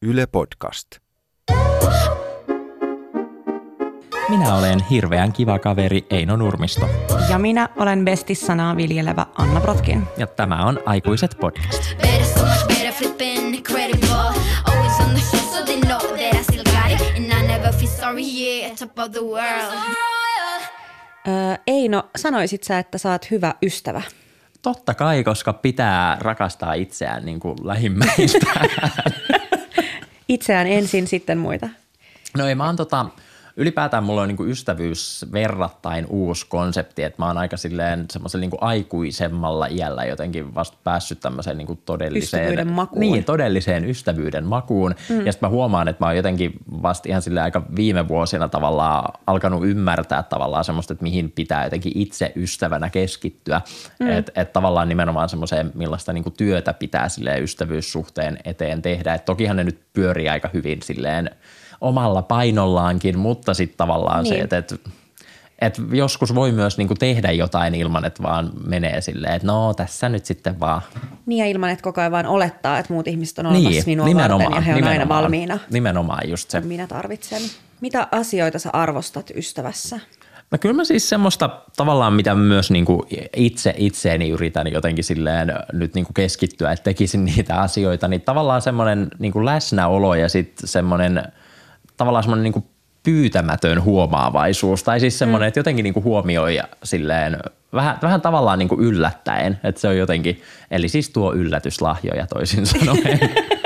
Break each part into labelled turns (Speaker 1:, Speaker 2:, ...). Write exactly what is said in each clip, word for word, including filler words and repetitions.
Speaker 1: Yle Podcast.
Speaker 2: Minä olen hirveän kiva kaveri Eino Nurmisto.
Speaker 3: Ja minä olen bestissanaa viljelevä Anna Brotkin.
Speaker 2: Ja tämä on Aikuiset podcast.
Speaker 3: Öö, Eino, sanoisit sä, että sä oot hyvä ystävä?
Speaker 2: Totta kai, koska pitää rakastaa itseään niin kuin lähimmäistä.
Speaker 3: Itseään ensin, sitten muita.
Speaker 2: No ei, mä oon tota, ylipäätään mulla on niinku ystävyys verrattain uusi konsepti, että mä oon aika silleen semmoisella niinku aikuisemmalla iällä jotenkin vasta päässyt tämmöiseen niinku todelliseen.
Speaker 3: Ystävyyden makuun.
Speaker 2: Niin, todelliseen ystävyyden makuun. Mm. Ja sitten mä huomaan, että mä oon jotenkin vasta ihan silleen aika viime vuosina tavallaan alkanut ymmärtää tavallaan semmoista, että mihin pitää jotenkin itse ystävänä keskittyä. Mm. Että et tavallaan nimenomaan semmoiseen, millaista niinku työtä pitää silleen ystävyyssuhteen eteen tehdä. Et tokihan ne nyt pyörii aika hyvin silleen omalla painollaankin, mutta sitten tavallaan niin. se, että et, et joskus voi myös niinku tehdä jotain ilman, että vaan menee silleen, että no tässä nyt sitten vaan.
Speaker 3: Niin ja ilman, että koko ajan vaan olettaa, että muut ihmiset on olemassa
Speaker 2: niin,
Speaker 3: minua varten ja he on aina valmiina.
Speaker 2: Nimenomaan just se.
Speaker 3: Minä tarvitsen. Mitä asioita sä arvostat ystävässä?
Speaker 2: No kyllä mä siis semmoista tavallaan, mitä myös niinku itse itseeni yritän jotenkin silleen nyt niinku keskittyä, että tekisin niitä asioita, niin tavallaan semmoinen niinku läsnäolo ja sitten semmoinen tavallaan semmoinen niinku pyytämätön huomaavaisuus tai siis semmoinen, mm. että jotenkin niinku huomioi silleen vähän, vähän tavallaan niinku yllättäen, että se on jotenkin, eli siis tuo yllätyslahjoja toisin sanoen.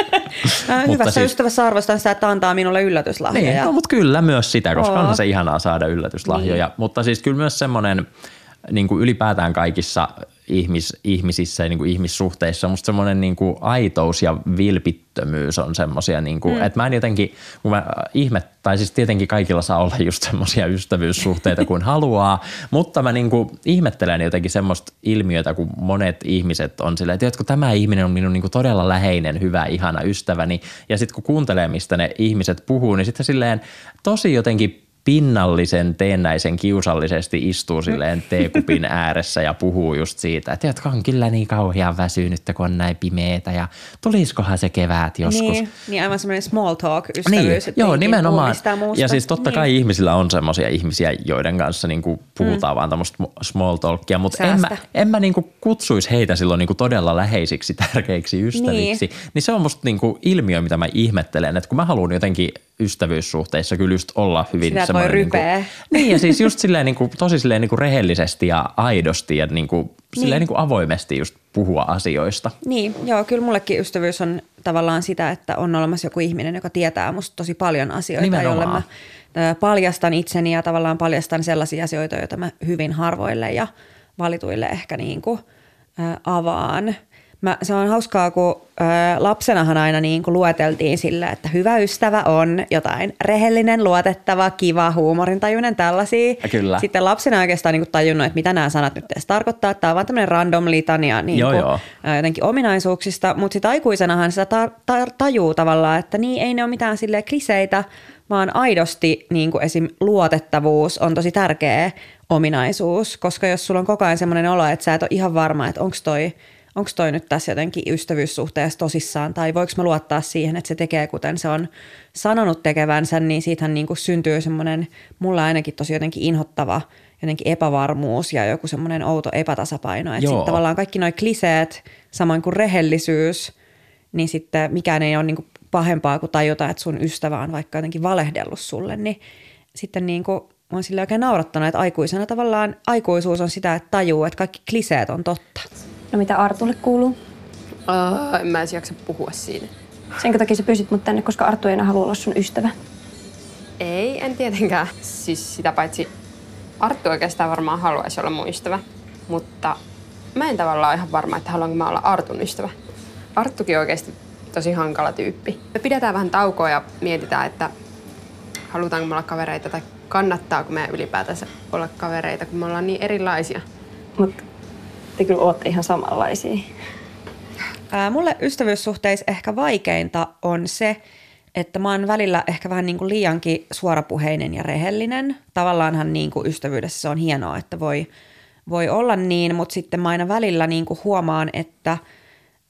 Speaker 3: Hyvässä siis, ystävässä arvostan sitä, että antaa minulle yllätyslahjoja.
Speaker 2: Niin, no, mutta kyllä myös sitä, koska Oo. on se ihanaa saada yllätyslahjoja. Niin. Mutta siis kyllä myös semmoinen niin kuin ylipäätään kaikissa ihmis, ihmisissä ja niin kuin ihmissuhteissa musta semmoinen niin kuin aitous ja vilpittömyys on semmoisia, niin kuin, mm. että mä en jotenkin, kun mä ihme, tai siis tietenkin kaikilla saa olla just semmoisia ystävyyssuhteita kuin haluaa, mutta mä niin kuin ihmettelen jotenkin semmoista ilmiötä, kun monet ihmiset on silleen, että tiedätkö, tämä ihminen on minun niin kuin todella läheinen, hyvä, ihana ystäväni, ja sitten kun kuuntelee, mistä ne ihmiset puhuu, niin sitten silleen tosi jotenkin pinnallisen, teennäisen, kiusallisesti istuu silleen teekupin ääressä ja puhuu just siitä, että tiedätkö, on kyllä niin kauhean väsynyt, kun on näin pimeetä ja tulisikohan se kevät joskus.
Speaker 3: Niin, niin aivan semmoinen small talk ystävyys.
Speaker 2: Niin, joo, nimenomaan. Ja siis totta
Speaker 3: niin.
Speaker 2: kai ihmisillä on semmoisia ihmisiä, joiden kanssa niinku puhutaan mm. vaan tämmöistä small talkia, mutta en mä, en mä niinku kutsuisi heitä silloin niinku todella läheisiksi, tärkeiksi ystäviksi. Niin, niin se on musta niinku ilmiö, mitä mä ihmettelen, että kun mä haluan jotenkin ystävyyssuhteissa kyllä just olla hyvin
Speaker 3: sitä voi rypeä.
Speaker 2: Niin, niin ja siis just silleen niin kuin, tosi silleen niin kuin rehellisesti ja aidosti ja niin kuin, silleen niin. Niin kuin avoimesti just puhua asioista.
Speaker 3: Niin, joo, kyllä mullekin ystävyys on tavallaan sitä, että on olemassa joku ihminen, joka tietää musta tosi paljon asioita,
Speaker 2: Nimenomaan.
Speaker 3: jolle mä paljastan itseni ja tavallaan paljastan sellaisia asioita, joita mä hyvin harvoille ja valituille ehkä niin kuin, ä, avaan. Mä, se on hauskaa, kun ö, lapsenahan aina niin kuin lueteltiin sillä, että hyvä ystävä on jotain rehellinen, luotettava, kiva, huumorintajuinen, tällaisia.
Speaker 2: Kyllä.
Speaker 3: Sitten lapsena oikeastaan niin kuin tajunnut, että mitä nämä sanat nyt edes tarkoittaa. Tämä on vaan tämmöinen random litania niin
Speaker 2: joo,
Speaker 3: kuin,
Speaker 2: joo.
Speaker 3: jotenkin ominaisuuksista, mutta sitten aikuisenahan sitä ta- ta- tajuu tavallaan, että niin ei ne ole mitään silleen kliseitä, vaan aidosti niin kuin esim. Luotettavuus on tosi tärkeä ominaisuus, koska jos sulla on koko ajan semmoinen olo, että sä et ole ihan varma, että onko toi onko toi nyt tässä jotenkin ystävyyssuhteessa tosissaan, tai voiko mä luottaa siihen, että se tekee kuten se on sanonut tekevänsä, niin siitähän niin kuin syntyy semmoinen, mulla ainakin tosi jotenkin inhottava jotenkin epävarmuus ja joku semmoinen outo epätasapaino. Että sitten tavallaan kaikki noi kliseet, samoin kuin rehellisyys, niin sitten mikään ei ole niin kuin pahempaa kuin tajuta, että sun ystävä on vaikka jotenkin valehdellut sulle, niin sitten niin kuin mä oon sille oikein naurattanut, että aikuisena tavallaan aikuisuus on sitä, että tajuu, että kaikki kliseet on totta.
Speaker 4: No mitä Artulle kuuluu?
Speaker 5: Uh, en mä edes jaksa puhua siinä.
Speaker 4: Senkö takia sä pysyt mut tänne, koska Arttu ei enää halua olla sun ystävä?
Speaker 5: Ei, en tietenkään. Siis sitä paitsi Arttu oikeastaan varmaan haluaisi olla mun ystävä. Mutta mä en tavallaan ihan varma, että haluanko mä olla Artun ystävä. Arttukin on oikeasti tosi hankala tyyppi. Me pidetään vähän taukoa ja mietitään, että halutaanko me olla kavereita tai kannattaako meidän ylipäätänsä olla kavereita, kun me ollaan niin erilaisia.
Speaker 4: Mut te kyllä ootte ihan samanlaisia.
Speaker 3: Ää, mulle ystävyyssuhteissa ehkä vaikeinta on se, että mä oon välillä ehkä vähän niin kuin liiankin suorapuheinen ja rehellinen. Tavallaanhan niin kuin ystävyydessä se on hienoa, että voi, voi olla niin, mutta sitten mä aina välillä niin kuin huomaan, että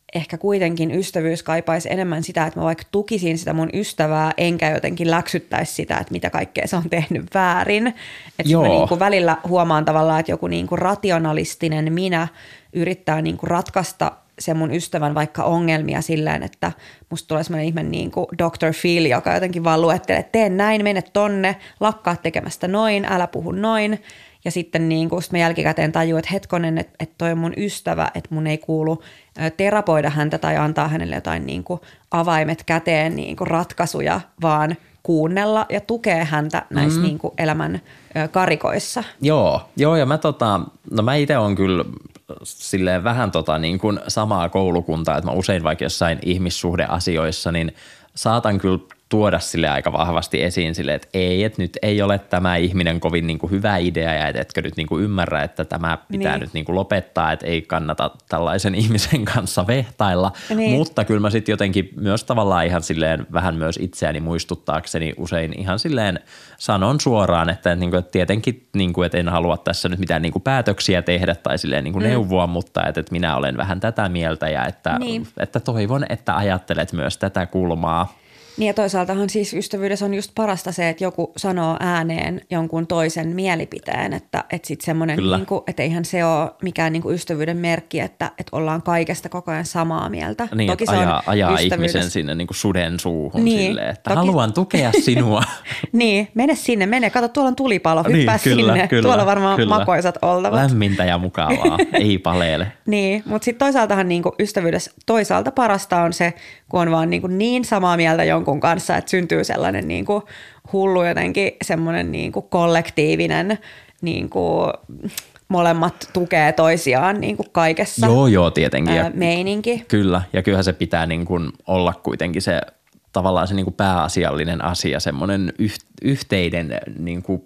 Speaker 3: ehkä kuitenkin ystävyys kaipaisi enemmän sitä, että mä vaikka tukisin sitä mun ystävää, enkä jotenkin läksyttäisi sitä, että mitä kaikkea se on tehnyt väärin. Että mä niinku välillä huomaan tavallaan, että joku niinku rationalistinen minä yrittää niinku ratkaista se mun ystävän vaikka ongelmia silleen, että musta tulee semmoinen ihme niin kuin doctor Phil, joka jotenkin vaan luettelee, että tee näin, mene tonne, lakkaa tekemästä noin, älä puhu noin. Ja sitten niin kuin, sit mä jälkikäteen tajuin, että hetkonen, että, että toi on mun ystävä, että mun ei kuulu terapoida häntä tai antaa hänelle jotain niin kuin avaimet käteen niin kuin ratkaisuja, vaan kuunnella ja tukea häntä näissä mm. niin kuin elämän karikoissa.
Speaker 2: Joo, joo ja mä tota, no mä itse on kyllä silleen vähän tota niin kuin samaa koulukuntaa, että mä usein vaikka jossain ihmissuhdeasioissa, niin saatan kyllä tuoda sille aika vahvasti esiin sille, että ei, että nyt ei ole tämä ihminen kovin niin kuin hyvä idea ja et etkö nyt niin kuin ymmärrä, että tämä pitää niin. nyt niin kuin lopettaa, että ei kannata tällaisen ihmisen kanssa vehtailla, niin. Mutta kyllä mä sitten jotenkin myös tavallaan ihan silleen vähän myös itseäni muistuttaakseni usein ihan silleen sanon suoraan, että, niin kuin, että tietenkin niin kuin, että en halua tässä nyt mitään niin kuin päätöksiä tehdä tai silleen niin kuin mm. neuvoa, mutta että, että minä olen vähän tätä mieltä ja että, niin. että toivon, että ajattelet myös tätä kulmaa.
Speaker 3: Niin ja toisaaltahan siis ystävyydessä on just parasta se, että joku sanoo ääneen jonkun toisen mielipiteen, että, että sitten semmoinen, niin kuin, että eihän se ole mikään niin kuin ystävyyden merkki, että, että ollaan kaikesta koko ajan samaa mieltä.
Speaker 2: Niin, toki se ajaa, ajaa ihmisen sinne niin kuin suden suuhun niin, silleen, että toki. Haluan tukea sinua.
Speaker 3: Niin, mene sinne, mene, kato tuolla on tulipalo, hyppää niin, kyllä, sinne, kyllä, tuolla varmaan kyllä. makoisat oltavat.
Speaker 2: Lämmintä ja mukavaa, ei paleele.
Speaker 3: Niin, mutta sitten toisaaltahan niin kuin ystävyydessä toisaalta parasta on se, kun on vaan niin, kuin niin samaa mieltä jonkun kanssa, että syntyy sellainen niin kuin hullu jotenkin semmoinen niin kuin kollektiivinen niin kuin molemmat tukee toisiaan niin kuin kaikessa.
Speaker 2: Joo, joo, tietenkin.
Speaker 3: Ää, meininki.
Speaker 2: Kyllä, ja kyllähän se pitää niin kuin olla kuitenkin se tavallaan se niin kuin pääasiallinen asia, semmoinen yh- yhteinen niin kuin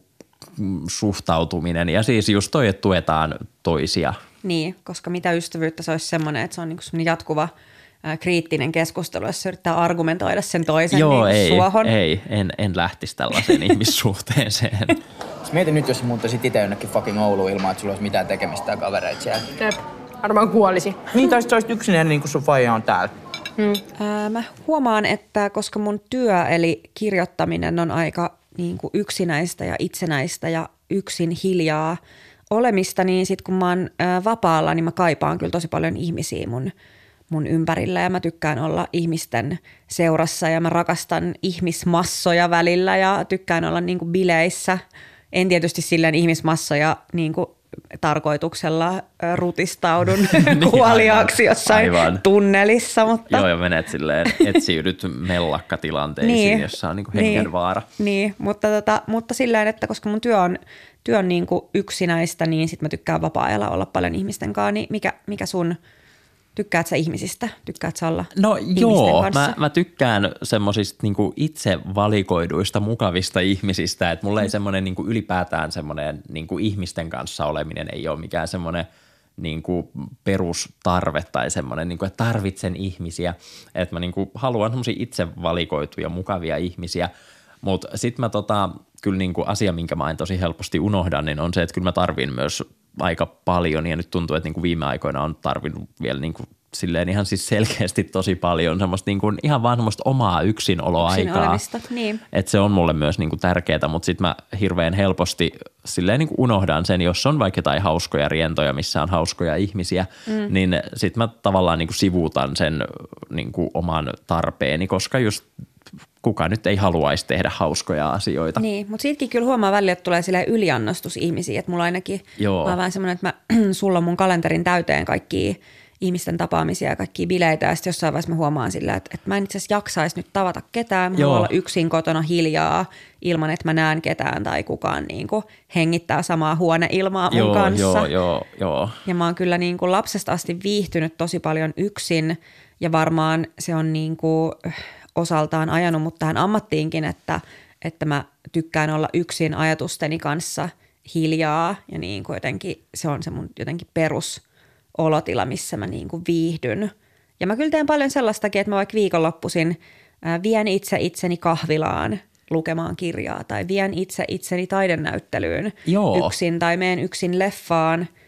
Speaker 2: suhtautuminen ja siis just toi, että tuetaan toisia.
Speaker 3: Niin, koska mitä ystävyyttä se olisi semmoinen, että se on niin kuin semmoinen jatkuva kriittinen keskustelu, jos yrittää argumentoida sen toisen
Speaker 2: Joo,
Speaker 3: niin
Speaker 2: ei,
Speaker 3: suohon.
Speaker 2: ei, en, en lähtisi tällaiseen ihmissuhteeseen.
Speaker 1: Mieti nyt, jos muuttaisit itse jonnekin fucking Ouluun ilman, että sulla olisi mitään tekemistä ja kavereita siellä.
Speaker 5: Jep, varmaan kuolisi.
Speaker 1: Niin, tai sit olisit yksinään niin kuin sun faija on täällä.
Speaker 3: Hmm. Ää, mä huomaan, että koska mun työ eli kirjoittaminen on aika niin kuin yksinäistä ja itsenäistä ja yksin hiljaa olemista, niin sit kun mä oon ää, vapaalla, niin mä kaipaan kyllä tosi paljon ihmisiä mun mun ympärillä ja mä tykkään olla ihmisten seurassa ja mä rakastan ihmismassoja välillä ja tykkään olla niin kuin bileissä. En tietysti silleen ihmismassoja niin kuin tarkoituksella rutistaudun niin, kuoliaaksi jossain aivan. tunnelissa. Mutta...
Speaker 2: Joo ja menet silleen, etsiydyt mellakkatilanteisiin, niin, jossa on niin kuin hengenvaara.
Speaker 3: Niin, niin mutta, tota, mutta silleen, että koska mun työ on, työ on niin kuin yksinäistä, niin sit mä tykkään vapaa-ajalla olla paljon ihmisten kanssa. Niin mikä, mikä sun... Tykkäät sä ihmisistä? Tykkäät sä olla
Speaker 2: no
Speaker 3: ihmisten
Speaker 2: joo,
Speaker 3: kanssa?
Speaker 2: Mä, mä tykkään semmoisista niinku itse valikoiduista mukavista ihmisistä, että mulla ei semmoinen niinku ylipäätään semmoinen niinku ihmisten kanssa oleminen ei ole mikään semmoinen niinku perustarve tai semmoinen, niinku, että tarvitsen ihmisiä, että mä niinku haluan semmoisia itse valikoituja mukavia ihmisiä, mutta sitten mä tota, kyllä niinku asia, minkä mä en tosi helposti unohdan, niin on se, että kyllä mä tarvin myös aika paljon ja nyt tuntuu, että niinku viime aikoina on tarvinnut vielä niinku silleen ihan siis selkeästi tosi paljon semmoista niinku ihan vaan semmoista omaa yksinoloaikaa.
Speaker 3: Niin.
Speaker 2: Että se on mulle myös niinku tärkeää, mutta sitten mä hirveän helposti silleen niinku unohdan sen, jos on vaikka jotain hauskoja rientoja, missä on hauskoja ihmisiä, mm. niin sitten mä tavallaan niinku sivuutan sen niinku oman tarpeeni, koska just kuka nyt ei haluaisi tehdä hauskoja asioita.
Speaker 3: Niin, mutta siitäkin kyllä huomaa välillä, että tulee silleen yliannostus ihmisiä, että mulla ainakin Joo. mä oon vähän semmoinen, että mä sulla on mun kalenterin täyteen kaikkia ihmisten tapaamisia ja kaikkia bileitä ja sitten jossain vaiheessa mä huomaan sillä, että, että mä en itse asiassa jaksaisi nyt tavata ketään. Mä haluan olla yksin kotona hiljaa ilman, että mä näen ketään tai kukaan niin kuin hengittää samaa huoneilmaa mun
Speaker 2: joo,
Speaker 3: kanssa.
Speaker 2: Joo, joo, joo.
Speaker 3: Ja mä oon kyllä niin kuin lapsesta asti viihtynyt tosi paljon yksin ja varmaan se on niin kuin osaltaan ajanut mut tähän ammattiinkin, että, että mä tykkään olla yksin ajatusteni kanssa hiljaa ja niin kuin jotenkin se on se mun jotenkin perusolotila, missä mä niin kuin viihdyn. Ja mä kyllä teen paljon sellaistakin, että mä vaikka viikonloppuisin ää, vien itse itseni kahvilaan lukemaan kirjaa tai vien itse itseni taidenäyttelyyn Joo. yksin tai meen yksin leffaan.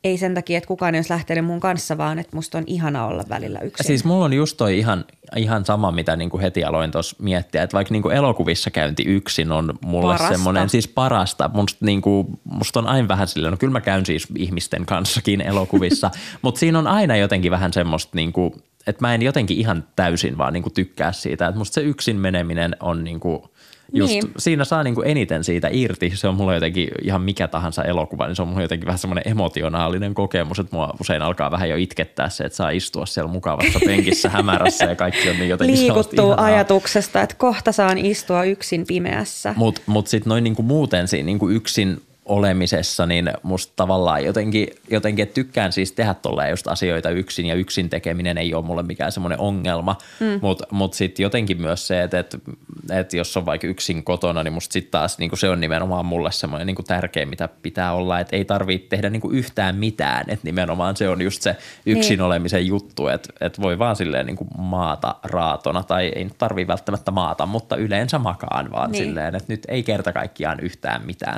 Speaker 3: ei sen takia, että kukaan ei olisi lähtenyt mun kanssa, vaan että musta on ihana olla välillä yksin.
Speaker 2: Siis mulla on just toi ihan, ihan sama, mitä niinku heti aloin tuossa miettiä, että vaikka niinku elokuvissa käynti yksin on mulle
Speaker 3: Parasta.
Speaker 2: semmoinen siis parasta. Musta, niinku, musta on aina vähän silleen, no kyllä mä käyn siis ihmisten kanssakin elokuvissa, mutta siinä on aina jotenkin vähän semmoista niinku, että mä en jotenkin ihan täysin vaan niinku tykkää siitä, että musta se yksin meneminen on niinku just,
Speaker 3: niin.
Speaker 2: Siinä saa niinku eniten siitä irti. Se on mulla jotenkin ihan mikä tahansa elokuva, niin se on mulla jotenkin vähän semmoinen emotionaalinen kokemus, että mua usein alkaa vähän jo itkettää se, että saa istua siellä mukavassa penkissä hämärässä ja kaikki on niin jotenkin
Speaker 3: liikuttuu ajatuksesta, että kohta saan istua yksin pimeässä.
Speaker 2: Mutta mut sitten noin niinku muuten siinä niinku yksin olemisessa, niin musta tavallaan jotenkin, jotenkin että tykkään siis tehdä tolleen just asioita yksin ja yksin tekeminen ei ole mulle mikään semmoinen ongelma, mm. mutta mut sitten jotenkin myös se, että et, et jos on vaikka yksin kotona, niin musta sitten taas niinku se on nimenomaan mulle semmoinen niinku tärkeä, mitä pitää olla, että ei tarvitse tehdä niinku yhtään mitään, että nimenomaan se on just se yksin niin. olemisen juttu, että et voi vaan silleen niinku maata raatona tai ei nyt tarvitse välttämättä maata, mutta yleensä makaan vaan niin. silleen, että nyt ei kerta kaikkiaan yhtään mitään.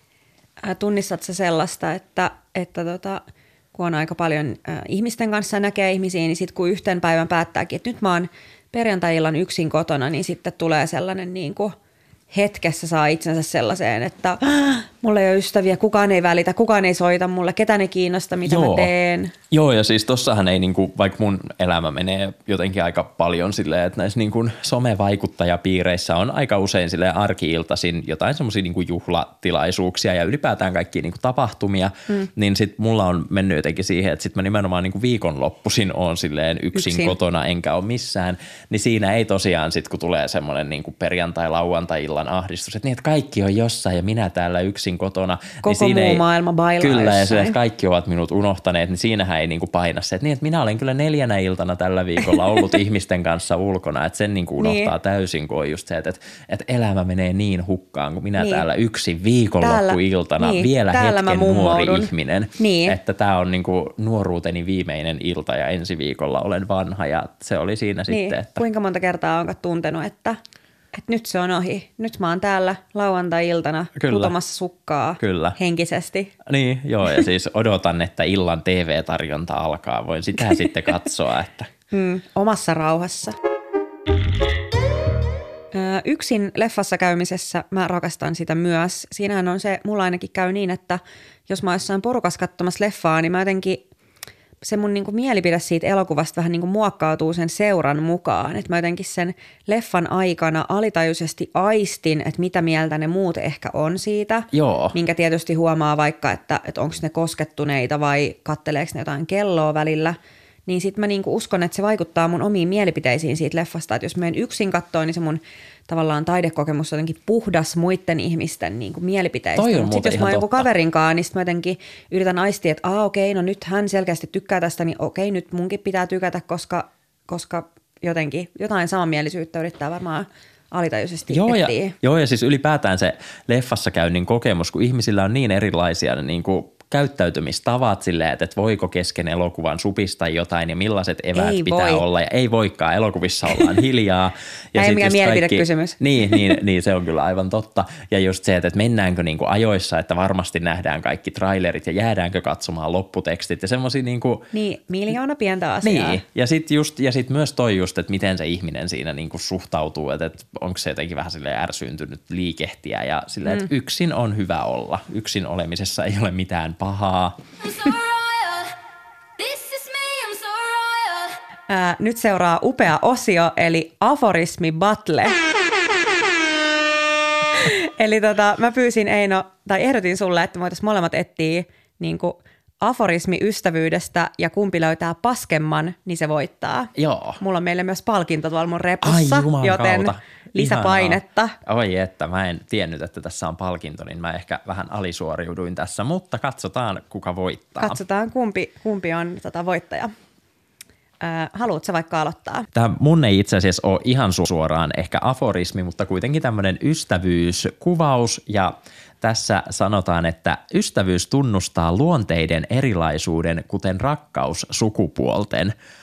Speaker 3: Tunnistat sä sellaista, että, että tota, kun on aika paljon äh, ihmisten kanssa näkee ihmisiä, niin sitten kun yhten päivän päättääkin, että nyt mä oon perjantai-illan yksin kotona, niin sitten tulee sellainen niin kuin hetkessä saa itsensä sellaiseen, että mulla ei ole ystäviä, kukaan ei välitä, kukaan ei soita mulle, ketään ei kiinnosta, mitä
Speaker 2: Joo.
Speaker 3: mä teen.
Speaker 2: Joo, ja siis tossahan ei, niinku, vaikka mun elämä menee jotenkin aika paljon silleen, että näissä niinku somevaikuttajapiireissä on aika usein silleen arki-iltaisin jotain semmoisia niinku juhlatilaisuuksia ja ylipäätään kaikkia niinku tapahtumia, mm. niin sit mulla on mennyt jotenkin siihen, että sit mä nimenomaan niinku viikonloppuisin oon silleen yksin, yksin kotona enkä ole missään, niin siinä ei tosiaan sit kun tulee semmoinen niinku perjantai-lauantai-illan ahdistus, että niin, että kaikki on jossain ja minä täällä yksin kotona.
Speaker 3: Koko
Speaker 2: niin siinä
Speaker 3: muu
Speaker 2: ei,
Speaker 3: maailma bailaa
Speaker 2: kyllä,
Speaker 3: jossain.
Speaker 2: ja se, kaikki ovat minut unohtaneet, niin siinähän ei niinku paina se, että, niin, että minä olen kyllä neljänä iltana tällä viikolla ollut ihmisten kanssa ulkona, että sen niinku unohtaa niin. täysin, kun on just se, että, että, että elämä menee niin hukkaan, kun minä niin. täällä yksin viikonloppuiltana
Speaker 3: niin.
Speaker 2: vielä
Speaker 3: täällä
Speaker 2: hetken nuori
Speaker 3: mummoudun.
Speaker 2: ihminen,
Speaker 3: niin.
Speaker 2: että tämä on niinku nuoruuteni viimeinen ilta ja ensi viikolla olen vanha ja se oli siinä
Speaker 3: niin.
Speaker 2: sitten, että
Speaker 3: Kuinka monta kertaa onko tuntenut, että että nyt se on ohi. Nyt mä oon täällä lauantai-iltana kutomassa sukkaa
Speaker 2: Kyllä.
Speaker 3: henkisesti.
Speaker 2: Niin, joo, ja siis odotan, että illan T V-tarjonta alkaa. Voin sitä sitten katsoa, että
Speaker 3: Mm, omassa rauhassa. Ö, yksin leffassa käymisessä mä rakastan sitä myös. Siinähän on se, mulla ainakin käy niin, että jos mä oon jossain porukassa katsomassa leffaa, niin mä jotenkin se mun niinku mielipide siitä elokuvasta vähän niinku muokkautuu sen seuran mukaan. Että mä jotenkin sen leffan aikana alitajuisesti aistin, että mitä mieltä ne muut ehkä on siitä.
Speaker 2: Joo.
Speaker 3: Minkä tietysti huomaa vaikka, että, että onko ne koskettuneita vai katteleeko ne jotain kelloa välillä. Niin sit mä niinku uskon, että se vaikuttaa mun omiin mielipiteisiin siitä leffasta. Että jos menen yksin katsoa, niin se mun tavallaan taidekokemus on jotenkin puhdas muiden ihmisten niinku mielipiteistä. Mutta sitten jos mä oon joku kaverinkaan, niin sit mä jotenkin yritän aistia, että aa okei, no nyt hän selkeästi tykkää tästä, niin okei, nyt munkin pitää tykätä, koska, koska jotenkin jotain samanmielisyyttä yrittää varmaan alitajuisesti
Speaker 2: joo ja,
Speaker 3: etsiä.
Speaker 2: joo, ja siis ylipäätään se leffassa käynnin kokemus, kun ihmisillä on niin erilaisia niin kuin käyttäytymistavat silleen, että voiko kesken elokuvan supistaa jotain ja millaiset eväät
Speaker 3: ei
Speaker 2: pitää
Speaker 3: voi.
Speaker 2: olla ja ei voikaan, elokuvissa ollaan hiljaa. Ja
Speaker 3: ei mikään mielipidekysymys.
Speaker 2: Niin, niin, niin, se on kyllä aivan totta. Ja just se, että mennäänkö niinku ajoissa, että varmasti nähdään kaikki trailerit ja jäädäänkö katsomaan lopputekstit ja semmoisia niinku.
Speaker 3: Niin, miljoona pientä asiaa.
Speaker 2: Niin, ja sitten just, ja sit myös toi just, että miten se ihminen siinä niinku suhtautuu, että, että onko se jotenkin vähän silleen ärsyyntynyt liikehtiä ja silleen, mm. että yksin on hyvä olla. Yksin olemisessa ei ole mitään pahaa.
Speaker 3: Ää, nyt seuraa upea osio, eli aforismi battle. Eli tota, mä pyysin Eino, tai ehdotin sulle, että me voitaisiin molemmat etsiä niin kuin aforismi ystävyydestä ja kumpi löytää paskemman, niin se voittaa.
Speaker 2: Joo.
Speaker 3: Mulla on meille myös palkinto tuolla mun repussa,
Speaker 2: Ai,
Speaker 3: joten
Speaker 2: kautta.
Speaker 3: lisäpainetta.
Speaker 2: Ihanaa. Oi että, mä en tiennyt, että tässä on palkinto, niin mä ehkä vähän alisuoriuduin tässä, mutta katsotaan kuka voittaa.
Speaker 3: Katsotaan kumpi, kumpi on tota voittaja. Äh, haluatko vaikka aloittaa?
Speaker 2: Tämä mun ei itse asiassa ole ihan su- suoraan ehkä aforismi, mutta kuitenkin tämmöinen ystävyyskuvaus ja tässä sanotaan, että ystävyys tunnustaa luonteiden erilaisuuden, kuten rakkaus sukupuolten.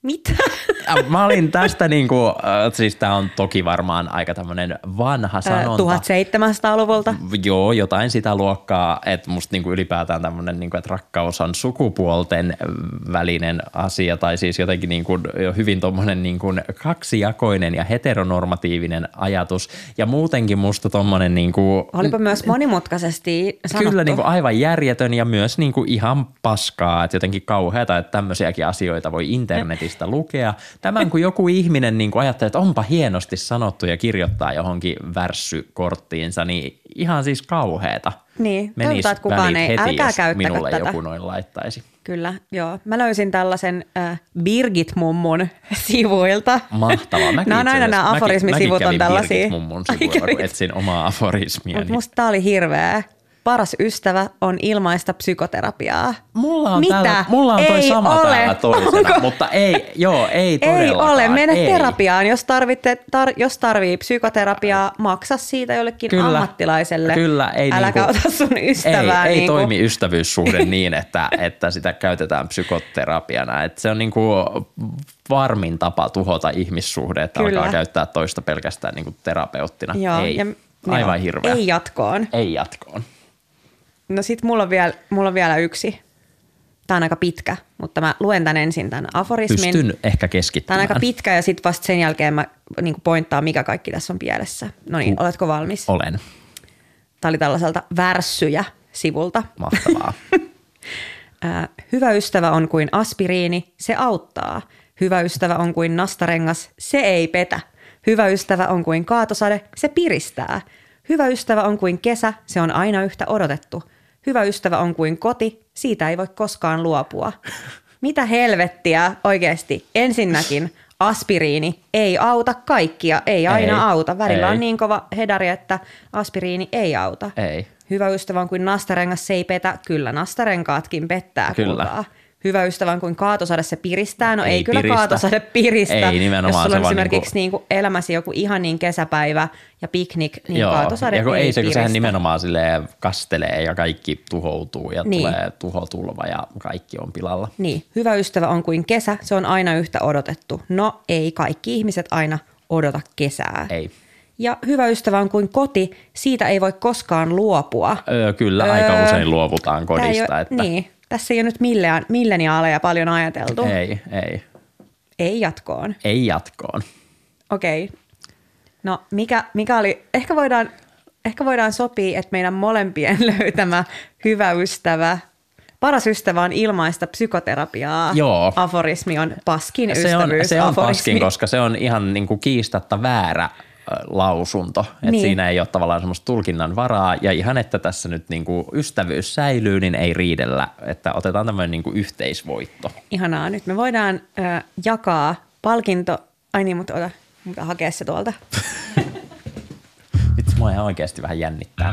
Speaker 3: Mitä?
Speaker 2: Mä olin tästä niinku, äh, siis tää on toki varmaan aika tämmönen vanha sanonta.
Speaker 3: tuhatseitsemänsataaluvulta.
Speaker 2: Joo, jotain sitä luokkaa, että musta niinku ylipäätään tämmönen, niinku, että rakkaus on sukupuolten välinen asia, tai siis jotenkin niinku hyvin tommonen niinku kaksijakoinen ja heteronormatiivinen ajatus, ja muutenkin musta tommonen niinku...
Speaker 3: Olipa myös monimutkaisesti sanottu.
Speaker 2: Kyllä niinku aivan järjetön ja myös niinku ihan paskaa, että jotenkin kauheata, että tämmöisiäkin asioita voi internetistä lukea. Tämän kun joku ihminen niinku ajattelee, että onpa hienosti sanottu ja kirjoittaa johonkin värssykorttiinsa, niin ihan siis kauheeta.
Speaker 3: Niin,
Speaker 2: Menis
Speaker 3: toivotaan, että kukaan
Speaker 2: välit
Speaker 3: ei,
Speaker 2: heti,
Speaker 3: älkää
Speaker 2: jos
Speaker 3: käyttäkö
Speaker 2: minulle
Speaker 3: tätä.
Speaker 2: joku noin laittaisi.
Speaker 3: Kyllä, joo. Mä löysin tällaisen äh, Birgit-mummun sivuilta.
Speaker 2: Mahtavaa. Mäkin
Speaker 3: nämä on aina nämä aforismisivut on tällaisia.
Speaker 2: Mäkin kävin Birgit-mummun sivuilla, kun etsin omaa aforismia.
Speaker 3: Mutta musta tää oli hirveä. Paras ystävä on ilmaista psykoterapiaa.
Speaker 2: Mulla on,
Speaker 3: Mitä?
Speaker 2: täällä, mulla on toi
Speaker 3: ei
Speaker 2: sama
Speaker 3: ole.
Speaker 2: täällä toisena,
Speaker 3: Onko?
Speaker 2: mutta ei, joo, ei todellakaan.
Speaker 3: Ei ole, mene
Speaker 2: ei.
Speaker 3: terapiaan. Jos, tarvitte, tar, jos tarvii psykoterapiaa, maksa siitä jollekin
Speaker 2: Kyllä.
Speaker 3: ammattilaiselle.
Speaker 2: Kyllä, ei
Speaker 3: Äläkä
Speaker 2: niinku,
Speaker 3: ota sun ystävää.
Speaker 2: Ei, ei
Speaker 3: niinku.
Speaker 2: toimi ystävyyssuhde niin, että, että sitä käytetään psykoterapiana. Et se on niinku varmin tapa tuhota ihmissuhde, että
Speaker 3: Kyllä.
Speaker 2: alkaa käyttää toista pelkästään niinku terapeuttina.
Speaker 3: Joo,
Speaker 2: ei,
Speaker 3: ja,
Speaker 2: aivan
Speaker 3: joo,
Speaker 2: hirveä.
Speaker 3: Ei jatkoon.
Speaker 2: Ei jatkoon.
Speaker 3: No sit mulla on, vielä, mulla on vielä yksi. Tää on aika pitkä, mutta mä luen tän ensin tän aforismin.
Speaker 2: Pystyn ehkä
Speaker 3: Tää
Speaker 2: keskittymään.
Speaker 3: on aika pitkä ja sit vasta sen jälkeen mä niin pointtaan, mikä kaikki tässä on pielessä. No niin,
Speaker 2: Uh,
Speaker 3: oletko valmis?
Speaker 2: Olen.
Speaker 3: Tää oli tällaiselta värssyjä sivulta.
Speaker 2: Mahtavaa.
Speaker 3: Ää, hyvä ystävä on kuin aspiriini, se auttaa. Hyvä ystävä on kuin nastarengas, se ei petä. Hyvä ystävä on kuin kaatosade, se piristää. Hyvä ystävä on kuin kesä, se on aina yhtä odotettu. Hyvä ystävä on kuin koti, siitä ei voi koskaan luopua. Mitä helvettiä oikeasti? Ensinnäkin aspiriini ei auta kaikkia, ei aina
Speaker 2: Ei,
Speaker 3: auta. Välillä
Speaker 2: ei.
Speaker 3: on niin kova hedari, että aspiriini ei auta.
Speaker 2: Ei.
Speaker 3: Hyvä ystävä on kuin nastarengas, se ei petä. Kyllä nastarenkaatkin pettää,
Speaker 2: Kyllä.
Speaker 3: kuulkaa. Hyvä ystävä on kuin kaatosade, se piristää. No ei,
Speaker 2: Ei
Speaker 3: kyllä
Speaker 2: piristä.
Speaker 3: kaatosade piristä.
Speaker 2: Ei nimenomaan,
Speaker 3: Jos sulla
Speaker 2: se
Speaker 3: on
Speaker 2: vaan
Speaker 3: esimerkiksi niinku elämäsi joku ihanin kesäpäivä ja piknik, niin
Speaker 2: Joo,
Speaker 3: kaatosade
Speaker 2: ja kun
Speaker 3: ei
Speaker 2: ei se, kun
Speaker 3: piristä.
Speaker 2: sehän nimenomaan silleen kastelee ja kaikki tuhoutuu ja
Speaker 3: Niin.
Speaker 2: tulee tuhotulva ja kaikki on pilalla.
Speaker 3: Niin, hyvä ystävä on kuin kesä, se on aina yhtä odotettu. No ei kaikki ihmiset aina odota kesää.
Speaker 2: Ei.
Speaker 3: Ja hyvä ystävä on kuin koti, siitä ei voi koskaan luopua.
Speaker 2: Öö, kyllä,
Speaker 3: Öö,
Speaker 2: aika usein luovutaan
Speaker 3: Tää ei
Speaker 2: kodista.
Speaker 3: ole,
Speaker 2: että
Speaker 3: Niin, tässä ei ole nyt millään, milleniaaleja paljon ajateltu.
Speaker 2: Ei, ei.
Speaker 3: Ei jatkoon.
Speaker 2: Ei jatkoon.
Speaker 3: Okei. No mikä, mikä oli, ehkä voidaan, ehkä voidaan sopia, että meidän molempien löytämä hyvä ystävä, paras ystävä on ilmaista psykoterapiaa.
Speaker 2: Joo.
Speaker 3: Aforismi on paskin
Speaker 2: Se on,
Speaker 3: ystävyys.
Speaker 2: se on
Speaker 3: aforismi.
Speaker 2: paskin, koska se on ihan niinku kiistatta väärä ö, lausunto. Et
Speaker 3: Niin.
Speaker 2: siinä ei ole tavallaan semmoista tulkinnan varaa. Ja ihan, että tässä nyt niinku ystävyys säilyy, niin ei riidellä. Että otetaan tämmöinen niinku yhteisvoitto.
Speaker 3: Ihanaa. Nyt me voidaan ö, jakaa palkinto. Ai niin, mutta ota, mitä hakea se tuolta.
Speaker 2: Vitsi, mua ihan oikeasti vähän jännittää.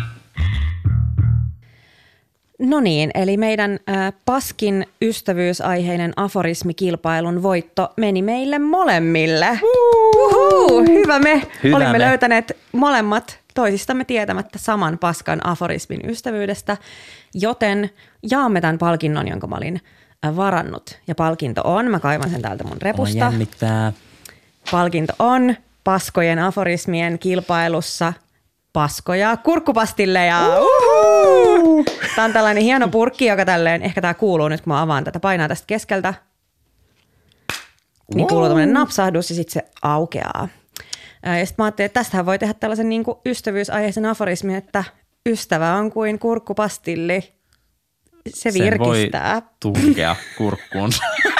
Speaker 3: No niin, eli meidän äh, paskin ystävyysaiheinen aforismikilpailun voitto meni meille molemmille. Uhu, hyvä me.
Speaker 2: Hyvä
Speaker 3: Olimme
Speaker 2: me.
Speaker 3: löytäneet molemmat toisistamme tietämättä saman paskan aforismin ystävyydestä, joten jaamme tämän palkinnon, jonka mä olin äh, varannut. Ja palkinto on, mä kaivan sen täältä mun
Speaker 2: Mua
Speaker 3: repusta.
Speaker 2: jännittää.
Speaker 3: Palkinto on paskojen aforismien kilpailussa paskoja kurkkupastilleja. Uhu! Tämä on tällainen hieno purkki, joka tälleen, ehkä tämä kuuluu nyt, kun mä avaan tätä, painaa tästä keskeltä. Niin kuuluu tämmöinen napsahdus ja sitten se aukeaa. Ja sitten mä ajattelin, että tästähän voi tehdä tällaisen niin kuin ystävyysaiheisen aforismin, että ystävä on kuin kurkkupastilli. Se virkistää.
Speaker 2: Sen voi tunkea kurkkuunsa.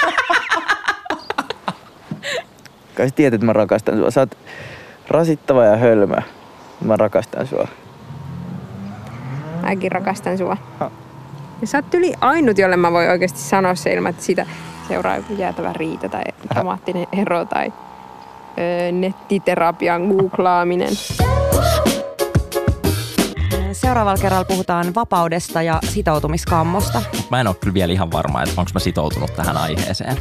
Speaker 1: Kai sä tiedät, että mä rakastan sua. Sä oot rasittava ja hölmö. Mä rakastan sua.
Speaker 5: Mäkin rakastan sua. Ja sä oot yli ainut, jolle mä voin oikeasti sanoa se ilman, että siitä seuraa joku jäätävä riita tai dramaattinen ero tai öö, nettiterapian googlaaminen.
Speaker 3: Seuraavalla kerralla puhutaan vapaudesta ja sitoutumiskammosta.
Speaker 2: Mä en ole kyllä vielä ihan varma, että onko mä sitoutunut tähän aiheeseen.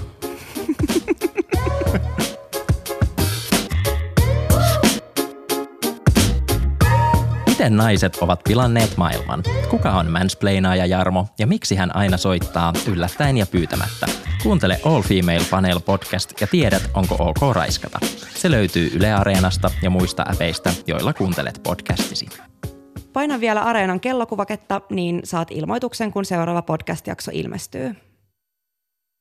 Speaker 2: Miten naiset ovat pilanneet maailman? Kuka on mansplainaaja Jarmo ja miksi hän aina soittaa yllättäen ja pyytämättä? Kuuntele All Female Panel podcast ja tiedät, onko ok raiskata. Se löytyy Yle Areenasta ja muista äpeistä, joilla kuuntelet podcastisi.
Speaker 3: Paina vielä Areenan kellokuvaketta, niin saat ilmoituksen, kun seuraava podcast-jakso ilmestyy.